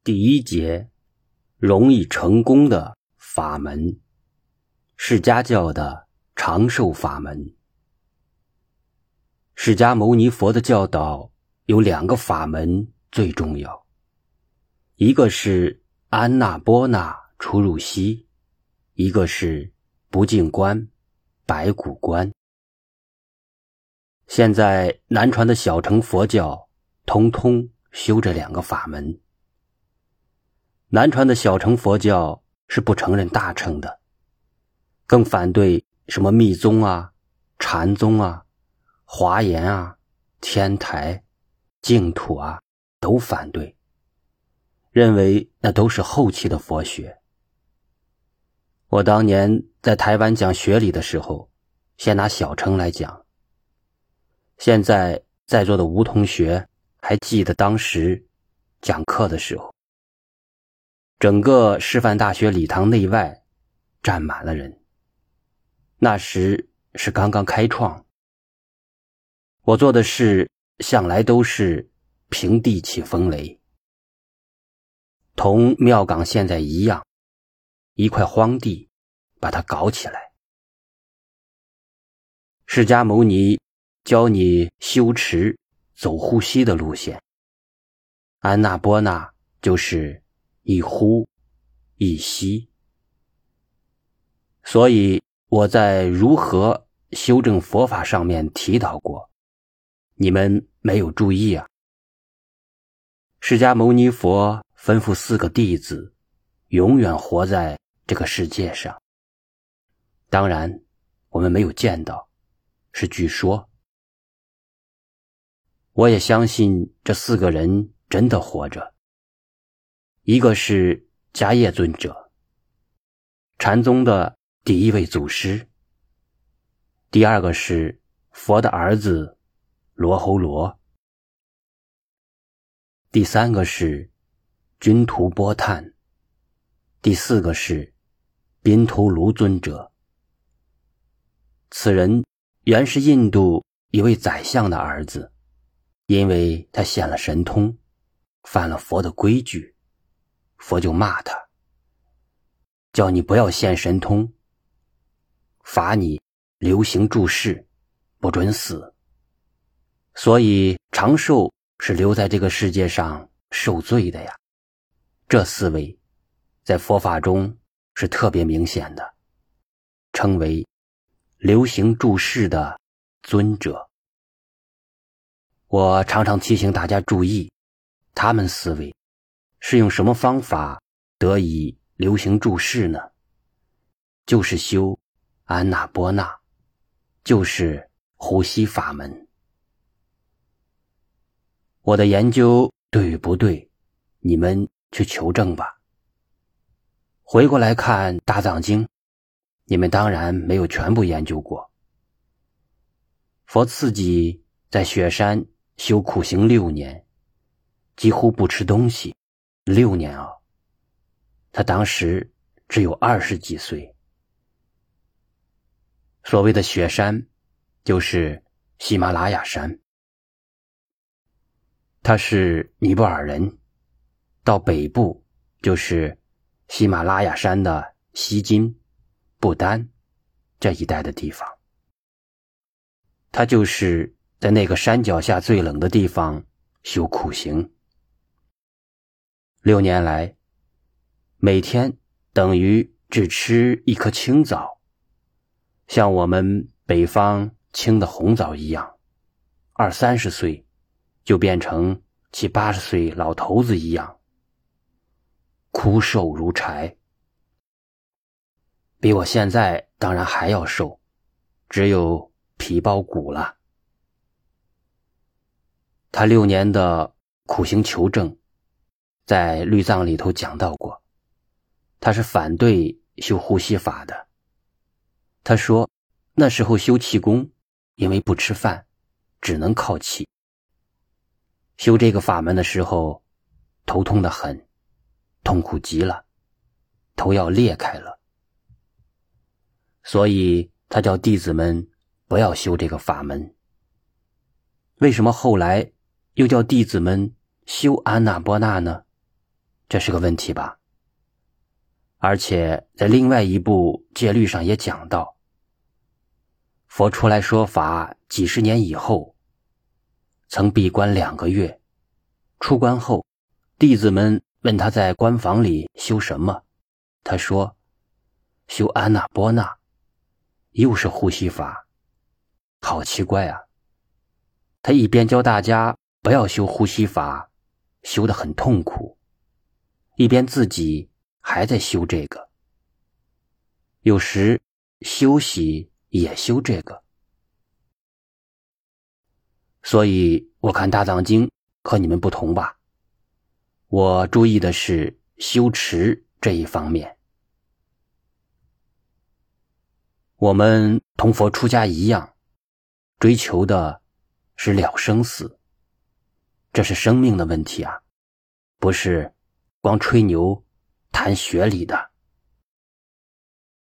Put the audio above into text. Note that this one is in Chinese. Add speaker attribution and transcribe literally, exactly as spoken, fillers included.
Speaker 1: 第一节，容易成功的法门，释迦教的长寿法门。释迦牟尼佛的教导有两个法门最重要，一个是安那波那出入息，一个是不净观、白骨观。现在南传的小乘佛教通通修这两个法门。南传的小乘佛教是不承认大乘的，更反对什么密宗啊、禅宗啊、华严啊、天台、净土啊，都反对，认为那都是后期的佛学。我当年在台湾讲学理的时候，先拿小乘来讲。现在在座的吴同学还记得当时讲课的时候，整个师范大学礼堂内外站满了人。那时是刚刚开创，我做的事向来都是平地起风雷，同庙港现在一样，一块荒地把它搞起来。释迦牟尼教你修持走呼吸的路线，安那波那就是一呼一吸。所以我在如何修正佛法上面提到过，你们没有注意啊。释迦牟尼佛吩咐四个弟子永远活在这个世界上，当然我们没有见到，是据说。我也相信这四个人真的活着。一个是迦叶尊者，禅宗的第一位祖师。第二个是佛的儿子罗睺罗。第三个是君图波探。第四个是宾图卢尊者。此人原是印度一位宰相的儿子，因为他显了神通，犯了佛的规矩，佛就骂他，叫你不要现神通，罚你流行注释，不准死。所以长寿是留在这个世界上受罪的呀。这四位在佛法中是特别明显的，称为流行注释的尊者。我常常提醒大家注意，他们四位是用什么方法得以流行注释呢？就是修安那波那，就是呼吸法门。我的研究对与不对，你们去求证吧。回过来看大藏经，你们当然没有全部研究过。佛自己在雪山修苦行六年，几乎不吃东西，六年啊！他当时只有二十几岁。所谓的雪山，就是喜马拉雅山。他是尼泊尔人，到北部就是喜马拉雅山的西金、不丹这一带的地方。他就是在那个山脚下最冷的地方修苦行。六年来，每天等于只吃一颗青枣，像我们北方青的红枣一样，二三十岁就变成七八十岁老头子一样，枯瘦如柴。比我现在当然还要瘦，只有皮包骨了。他六年的苦行求证，在律藏里头讲到过，他是反对修呼吸法的。他说那时候修气功，因为不吃饭，只能靠气。修这个法门的时候，头痛得很，痛苦极了，头要裂开了。所以他叫弟子们不要修这个法门。为什么后来又叫弟子们修安那波那呢？ 这是个问题吧？而且在另外一部戒律上也讲到，佛出来说法几十年以后，曾闭关两个月，出关后，弟子们问他在关房里修什么，他说修安那波那，又是呼吸法。好奇怪啊，他一边教大家不要修呼吸法，修得很痛苦，一边自己还在修这个，有时休息也修这个。所以我看大藏经和你们不同吧，我注意的是修持这一方面。我们同佛出家一样，追求的是了生死，这是生命的问题啊，不是光吹牛谈学理的。